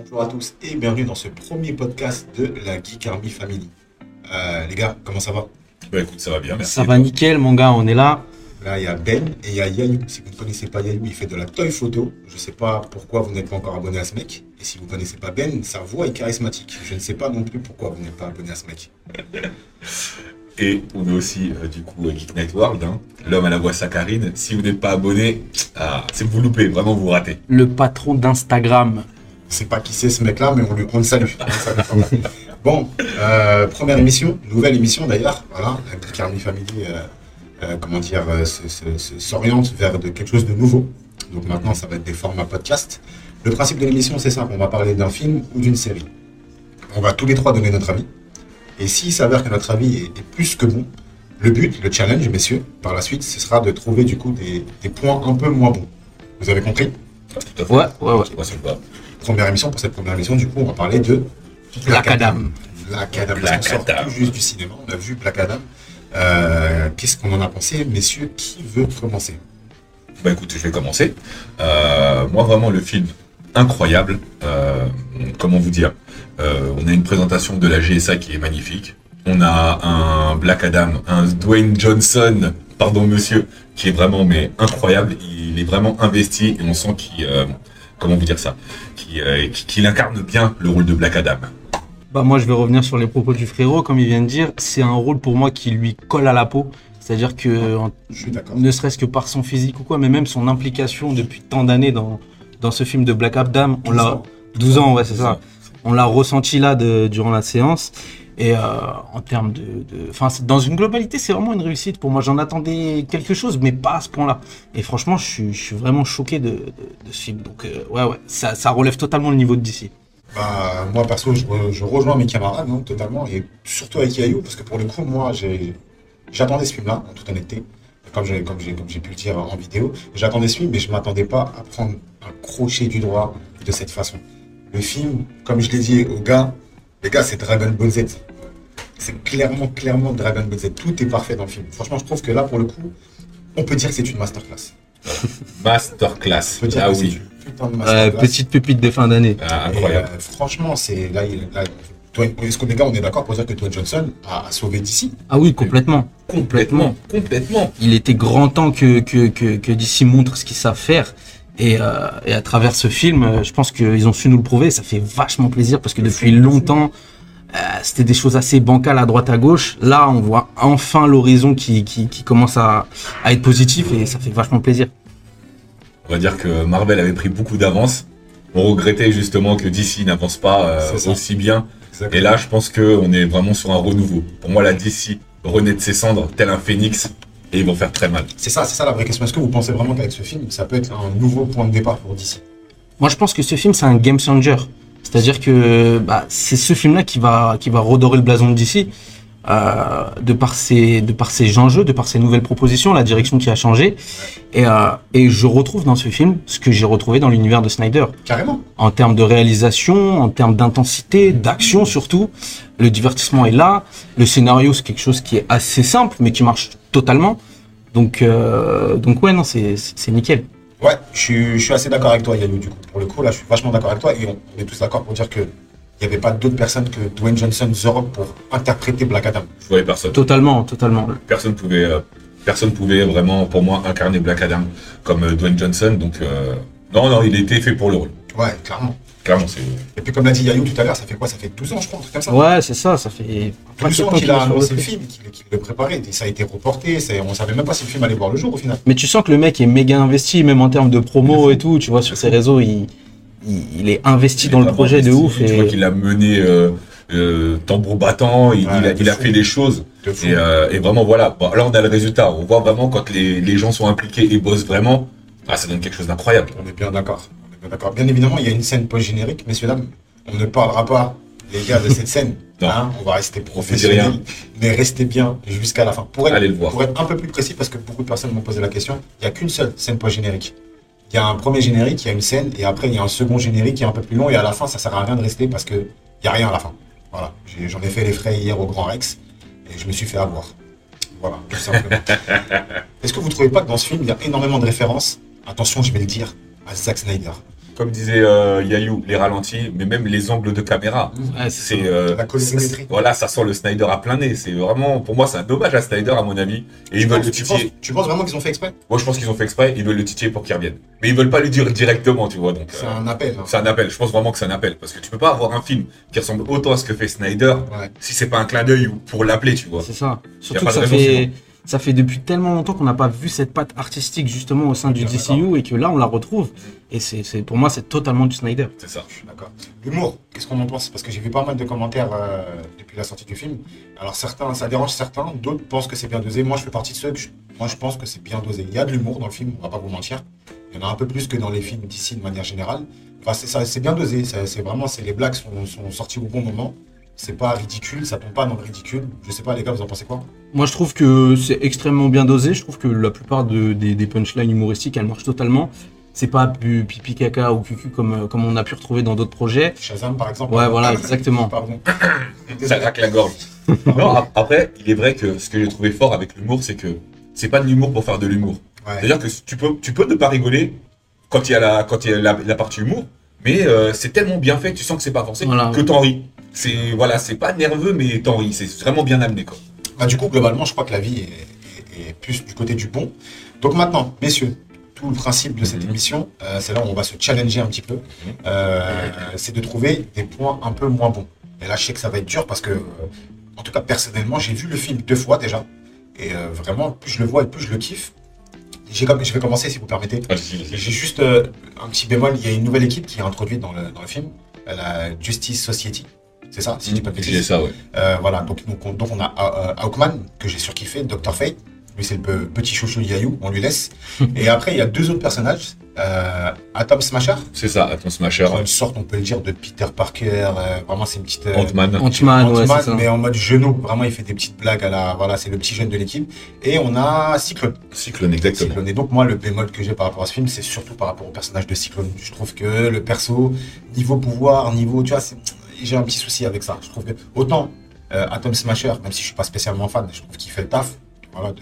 Bonjour à tous et bienvenue dans ce premier podcast de la Geek Army Family. Les gars, comment ça va? Bah écoute, ça va bien, merci. Ça va nickel mon gars, on est là. Là, il y a Ben et il y a Yayou. Si vous ne connaissez pas Yayou, il fait de la toy photo. Je ne sais pas pourquoi vous n'êtes pas encore abonné à ce mec. Et si vous ne connaissez pas Ben, sa voix est charismatique. Je ne sais pas non plus pourquoi vous n'êtes pas abonné à ce mec. Et on est aussi du coup Geek Night World, hein, l'homme à la voix saccharine. Si vous n'êtes pas abonné, c'est vous loupez, vraiment vous ratez. Le patron d'Instagram. Je ne sais pas qui c'est ce mec-là, mais on le salue. Bon, première émission, nouvelle émission d'ailleurs. Voilà, la Geek Army Family s'oriente vers quelque chose de nouveau. Donc maintenant, ça va être des formats podcast. Le principe de l'émission, c'est simple. On va parler d'un film ou d'une série. On va tous les trois donner notre avis. Et s'il s'avère que notre avis est plus que bon, le but, le challenge, messieurs, par la suite, ce sera de trouver du coup des points un peu moins bons. Vous avez compris? Tout à fait. Ouais. Moi, c'est pas. Première émission, pour cette première émission, du coup, on va parler de Black Adam. Black Adam. Black Parce qu'on sort Adam. tout juste du cinéma, on a vu Black Adam. Qu'est-ce qu'on en a pensé, messieurs? Qui veut commencer? Bah écoute, je vais commencer. Moi, vraiment, le film incroyable. Comment vous dire? On a une présentation de la GSA qui est magnifique. On a un Black Adam, un Dwayne Johnson, pardon monsieur, qui est vraiment mais incroyable. Il est vraiment investi et on sent qu'il, comment vous dire ça, qu'il incarne bien le rôle de Black Adam. Bah moi je vais revenir sur les propos du frérot, comme il vient de dire, c'est un rôle pour moi qui lui colle à la peau. C'est-à-dire que, Je suis d'accord. ne serait-ce que par son physique ou quoi, mais même son implication depuis tant d'années dans ce film de Black Adam, on 12 l'a... ans. 12 ans, ouais c'est ça. On l'a ressenti là durant la séance. Et en termes enfin, dans une globalité, c'est vraiment une réussite. Pour moi, j'en attendais quelque chose, mais pas à ce point-là. Et franchement, je suis vraiment choqué de ce film. Donc, ouais, ça relève totalement le niveau de DC. Bah, moi, perso, je rejoins mes camarades, hein, totalement, et surtout avec Yayou, parce que pour le coup, moi, j'attendais ce film-là, en toute honnêteté, comme j'ai pu le dire en vidéo. J'attendais ce film, mais je ne m'attendais pas à prendre un crochet du droit de cette façon. Le film, comme je l'ai dit aux gars, les gars, c'est Dragon Ball Z. C'est clairement Dragon Ball Z. Tout est parfait dans le film. Franchement, je trouve que là, pour le coup, on peut dire que c'est une masterclass. Masterclass. On peut dire Ah que c'est oui. une putain de masterclass. Petite pépite de fin d'année. Incroyable. Et, franchement, c'est là, est-ce qu'on est gars, on est d'accord pour dire que Dwayne Johnson a sauvé DC? Ah oui, complètement. Complètement. Il était grand temps que DC montre ce qu'ils savent faire. Et à travers ce film, je pense qu'ils ont su nous le prouver. Ça fait vachement plaisir parce que depuis longtemps, c'était des choses assez bancales à droite à gauche. Là, on voit enfin l'horizon qui commence à être positif et ça fait vachement plaisir. On va dire que Marvel avait pris beaucoup d'avance. On regrettait justement que DC n'avance pas C'est ça. aussi bien. Exactement. Et là, je pense qu'on est vraiment sur un renouveau. Pour moi, la DC renaît de ses cendres, tel un phénix, et ils vont faire très mal. C'est ça la vraie question. Est-ce que vous pensez vraiment qu'avec ce film, ça peut être un nouveau point de départ pour DC? Moi, je pense que ce film, c'est un game changer. C'est-à-dire que c'est ce film-là qui va redorer le blason de DC, de par ses enjeux, de par ses nouvelles propositions, la direction qui a changé. Et je retrouve dans ce film ce que j'ai retrouvé dans l'univers de Snyder. Carrément. En termes de réalisation, en termes d'intensité, d'action surtout. Le divertissement est là. Le scénario, c'est quelque chose qui est assez simple, mais qui marche totalement. Donc ouais, non, c'est nickel. Ouais, je suis assez d'accord avec toi, Yannou, du coup. Pour le coup, là, je suis vachement d'accord avec toi. Et on est tous d'accord pour dire qu'il n'y avait pas d'autres personnes que Dwayne Johnson, The Rock, pour interpréter Black Adam. Je voyais personne. Totalement. Personne pouvait vraiment, pour moi, incarner Black Adam comme Dwayne Johnson. Donc, non, il était fait pour le rôle. Ouais, clairement. Clairement, c'est. Et puis, comme l'a dit Yayou tout à l'heure, ça fait quoi? Ça fait 12 ans, je crois, un truc comme ça. Ouais, c'est ça fait... 12 ans qu'il a annoncé le film, qu'il le préparait. Et ça a été reporté. On savait même pas si le film allait voir le jour, au final. Mais tu sens que le mec est méga investi, même en termes de promo et tout, tu vois, sur ses réseaux, il est investi dans le projet de ouf. Tu vois qu'il a mené tambour battant, il a fait des choses. De fou. Et vraiment, voilà. Bon, là, on a le résultat. On voit vraiment quand les gens sont impliqués et bossent vraiment, ça donne quelque chose d'incroyable. On est bien d'accord. Bien évidemment, il y a une scène post-générique, messieurs, dames. On ne parlera pas, les gars, de cette scène. Non. Hein, on va rester On dit professionnels, rien. mais restez bien jusqu'à la fin. Allez le voir. Pour être un peu plus précis, parce que beaucoup de personnes m'ont posé la question, il n'y a qu'une seule scène post-générique. Il y a un premier générique, il y a une scène, et après, il y a un second générique qui est un peu plus long, et à la fin, ça sert à rien de rester parce qu'il n'y a rien à la fin. Voilà. J'en ai fait les frais hier au Grand Rex, et je me suis fait avoir. Voilà, tout simplement. Est-ce que vous ne trouvez pas que dans ce film, il y a énormément de références, attention, je vais le dire, à Zack Snyder? comme disait Yayou, les ralentis, mais même les angles de caméra. Ouais, C'est La colorimétrie. voilà, ça sent le Snyder à plein nez. C'est vraiment, pour moi, c'est un dommage à Snyder à mon avis. Et ils veulent le titiller. Tu penses vraiment qu'ils ont fait exprès? Moi, je pense qu'ils ont fait exprès. Ils veulent le titiller pour qu'il revienne. Mais ils veulent pas lui dire directement, tu vois. Donc C'est un appel. Hein. c'est un appel. Je pense vraiment que c'est un appel parce que tu peux pas avoir un film qui ressemble autant à ce que fait Snyder Ouais. si c'est pas un clin d'œil ou pour l'appeler, tu vois. C'est ça. Surtout pas que de raison, ça fait depuis tellement longtemps qu'on n'a pas vu cette patte artistique justement au sein du Bien DCU et que là on la retrouve. Et pour moi c'est totalement du Snyder. C'est ça. Je suis d'accord. L'humour, qu'est-ce qu'on en pense? Parce que j'ai vu pas mal de commentaires depuis la sortie du film. Alors certains, ça dérange certains, d'autres pensent que c'est bien dosé. Moi je fais partie de ceux moi je pense que c'est bien dosé. Il y a de l'humour dans le film, on va pas vous mentir. Il y en a un peu plus que dans les films d'ici de manière générale. Enfin c'est bien dosé. Les blagues sont sorties au bon moment. C'est pas ridicule, ça tombe pas dans le ridicule. Je sais pas les gars, vous en pensez quoi? Moi je trouve que c'est extrêmement bien dosé. Je trouve que la plupart des punchlines humoristiques elles marchent totalement. C'est pas du pipi caca ou cucu comme on a pu retrouver dans d'autres projets. Shazam par exemple. Ouais voilà exactement. Pardon. Ça craque la gorge. Non, après, il est vrai que ce que j'ai trouvé fort avec l'humour, c'est que c'est pas de l'humour pour faire de l'humour. Ouais. C'est-à-dire que tu peux ne pas rigoler quand il y a la partie humour, mais c'est tellement bien fait que tu sens que c'est pas forcé Voilà. que t'en ris. C'est pas nerveux, mais t'en ris. C'est vraiment bien amené, quoi. Bah, du coup, globalement, je crois que la vie est plus du côté du bon. Donc maintenant, messieurs, tout le principe de cette émission, c'est là où on va se challenger un petit peu, c'est de trouver des points un peu moins bons. Et là, je sais que ça va être dur parce que, en tout cas, personnellement, j'ai vu le film 2 fois déjà. Et vraiment, plus je le vois et plus je le kiffe. Je vais commencer, si vous permettez. J'ai juste un petit bémol. Il y a une nouvelle équipe qui est introduite dans le film, la Justice Society. C'est ça, si je dis pas de bêtises. C'est ça, ouais. Voilà, donc on a Hawkman, que j'ai surkiffé, Dr. Fate. Lui, c'est le petit chouchou de Yayou, on lui laisse. Et après, il y a 2 autres personnages. Atom Smasher. C'est ça, Atom Smasher. Une sorte, on peut le dire, de Peter Parker. Vraiment, c'est une petite. Ant-Man. Ant-Man, ouais, c'est ça. mais en mode genou. Vraiment, il fait des petites blagues voilà, c'est le petit jeune de l'équipe. Et on a Cyclone. Cyclone, exactement. Cyclone. Et donc, moi, le bémol que j'ai par rapport à ce film, c'est surtout par rapport au personnage de Cyclone. Je trouve que le perso, niveau pouvoir, tu vois, j'ai un petit souci avec ça. Je trouve que, autant Atom Smasher, même si je suis pas spécialement fan, je trouve qu'il fait le taf. Voilà,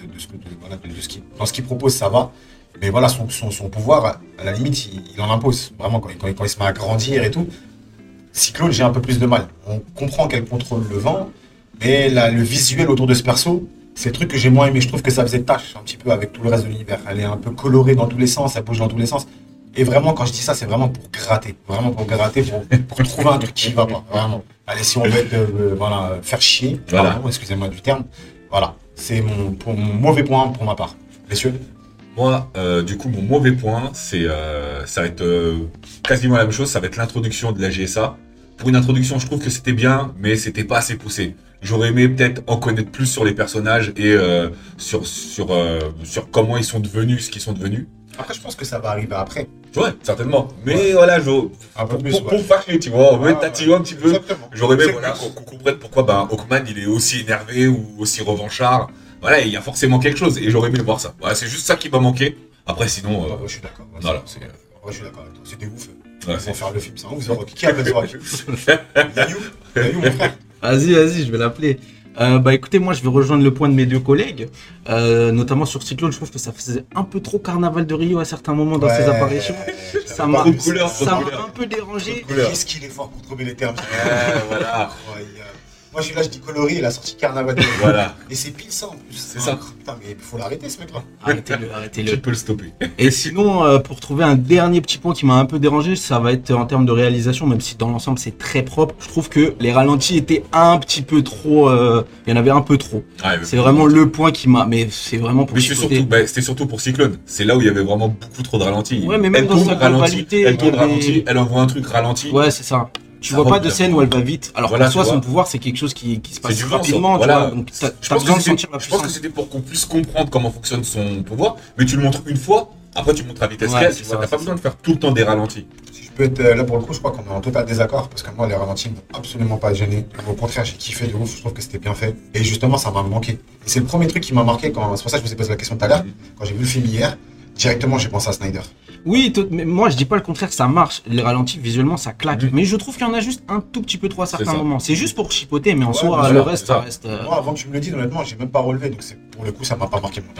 dans ce qu'il propose, ça va. Mais voilà, son pouvoir, à la limite, il en impose. Vraiment, quand il se met à grandir et tout. Cyclone, j'ai un peu plus de mal. On comprend qu'elle contrôle le vent, mais le visuel autour de ce perso, c'est le truc que j'ai moins aimé. Je trouve que ça faisait tâche un petit peu avec tout le reste de l'univers. Elle est un peu colorée dans tous les sens, elle bouge dans tous les sens. Et vraiment, quand je dis ça, c'est vraiment pour gratter. Vraiment pour gratter, pour trouver un truc qui va pas. Vraiment. Allez, si on veut faire chier, Voilà. pardon, excusez-moi du terme. Voilà. C'est mon mauvais point pour ma part. Messieurs? Moi, du coup, mon mauvais point, ça va être quasiment la même chose. Ça va être l'introduction de la GSA. Pour une introduction, je trouve que c'était bien, mais c'était pas assez poussé. J'aurais aimé peut-être en connaître plus sur les personnages et sur comment ils sont devenus ce qu'ils sont devenus. Après, je pense que ça va arriver après. Ouais, certainement. Mais voilà, Un peu plus, pour fâcher, tu vois, on veut tatiller un petit peu. Exactement. J'aurais aimé C'est plus. qu'on comprenne pourquoi Hawkman il est aussi énervé ou aussi revanchard. Voilà, il y a forcément quelque chose et j'aurais aimé voir ça. Voilà, c'est juste ça qui m'a manqué. Après, sinon, Ouais, je suis d'accord. Ouais, voilà. je suis d'accord avec toi. C'était ouf. Ouais, Ils vont faire le film, c'est un ouf, The Rock. Qui appelle The Rock? Yayou, mon frère. Vas-y, je vais l'appeler. Bah écoutez, moi je vais rejoindre le point de mes 2 collègues, notamment sur Cyclone. Je trouve que ça faisait un peu trop Carnaval de Rio à certains moments dans ses apparitions. Ça m'a Trop de couleurs, un peu dérangé. Qu'est-ce qu'il est fort pour trouver les termes. voilà. Incroyable. Moi, je suis là, je dis coloris, il a sorti Carnaval de Rio. Voilà. Et c'est pile ça en plus. C'est ça. Putain, mais il faut l'arrêter ce mec-là. Arrêtez-le. Tu peux le stopper. Et sinon, pour trouver un dernier petit point qui m'a un peu dérangé, ça va être en termes de réalisation, même si dans l'ensemble c'est très propre. Je trouve que les ralentis étaient un petit peu trop. Il y en avait un peu trop. Ouais, C'est vraiment le point qui m'a. Mais c'est vraiment pour Mais c'était surtout pour Cyclone. C'est là où il y avait vraiment beaucoup trop de ralentis. Ouais, mais même elle dans tourne sa ralenti, globalité, elle tourne il y avait- ralenti, elle envoie un truc ralenti. Ouais, c'est ça. Tu Ça vois pas rentre de bien. scène où elle va vite. Alors Voilà, qu'en soi, tu vois. son pouvoir, c'est quelque chose qui se C'est passe du vent, ça. rapidement. Voilà. Tu vois, donc Je t'as pense besoin que de sentir la je pense que puissance. c'était pour qu'on puisse comprendre comment fonctionne son pouvoir, mais tu le montres une fois, après tu montres à vitesse Ouais, réelle, c'est tu ça, vois, t'as c'est pas ça. besoin de faire tout le temps des ralentis. Si je peux être là pour le coup, je crois qu'on est en total désaccord parce que moi, les ralentis m'ont absolument pas gêné. Au contraire, j'ai kiffé de ouf. Je trouve que c'était bien fait. Et justement, ça m'a manqué. Et c'est le premier truc qui m'a marqué quand. C'est pour ça que je vous ai posé la question tout à l'heure. Quand j'ai vu le film hier, directement, j'ai pensé à Snyder. Oui, mais moi je dis pas le contraire, ça marche. Les ralentis, visuellement, ça claque. Mais je trouve qu'il y en a juste un tout petit peu trop à certains ça. moments. C'est juste pour chipoter, mais en Ouais, soi, bien le sûr, reste, c'est ça ça. reste. Moi, avant que tu me le dises, honnêtement, j'ai même pas relevé. Donc, pour le coup, ça m'a pas marqué mon perso.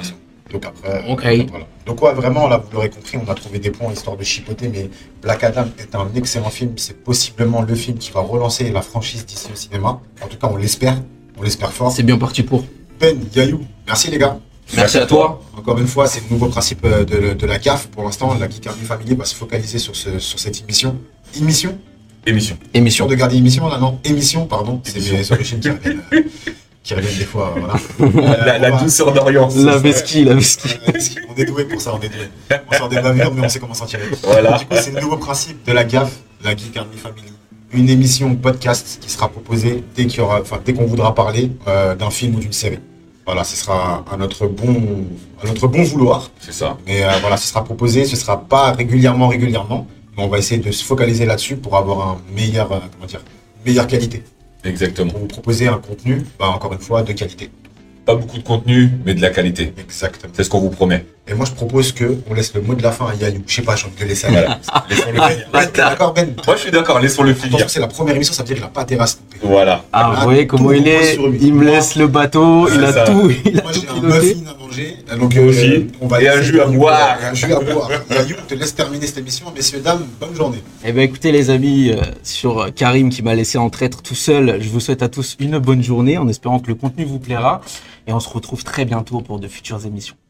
Donc après, Ok. voilà. Donc ouais, vraiment, là, vous l'aurez compris, on a trouvé des points histoire de chipoter, mais Black Adam est un excellent film. C'est possiblement le film qui va relancer la franchise d'ici au cinéma. En tout cas, on l'espère fort. C'est bien parti pour. Ben, Yayou, merci les gars. Merci à toi. Encore une fois, c'est le nouveau principe de la CAF. Pour l'instant, la Geek Army Family va se focaliser sur cette émission. Émission. Émission. De garder émission, là, non, émission, pardon. C'est mes origines qui reviennent des fois, voilà. La douceur d'Orient. La vesquille. On est doué pour ça, on est doué. On sort des bavures, mais on sait comment s'en tirer. Voilà. Du coup, c'est le nouveau principe de la GAF, la Geek Army Family. Une émission podcast qui sera proposée dès qu'on voudra parler d'un film ou d'une série. Voilà, ce sera à notre bon vouloir. C'est ça. Mais voilà, ce sera proposé, ce sera pas régulièrement, mais on va essayer de se focaliser là-dessus pour avoir meilleure qualité. Exactement. Pour vous proposer un contenu, encore une fois, de qualité. Pas beaucoup de contenu, mais de la qualité. Exactement. C'est ce qu'on vous promet. Et moi, je propose qu'on laisse le mot de la fin à Yayou. Je sais pas, j'ai envie de le laisser à Voilà. Laissons-le finir. D'accord, Ben? Moi, je suis d'accord, laissons-le finir. Attention, c'est la première émission, ça veut dire qu'il n'a pas intérêt à se couper. Voilà. Ah, Là, vous voyez comment tout il est. repose sur lui. Il me laisse le bateau. Ouais, Il a ça. tout. Moi, Il a tout j'ai un piloté. muffin à manger. Donc, Moi aussi. on va Et un laisser jus à Yayou, boire. Un jus à boire. Yayou, on te laisse terminer cette émission. Messieurs, dames, bonne journée. Eh ben écoutez les amis, sur Karim qui m'a laissé en traître tout seul, je vous souhaite à tous une bonne journée en espérant que le contenu vous plaira et on se retrouve très bientôt pour de futures émissions.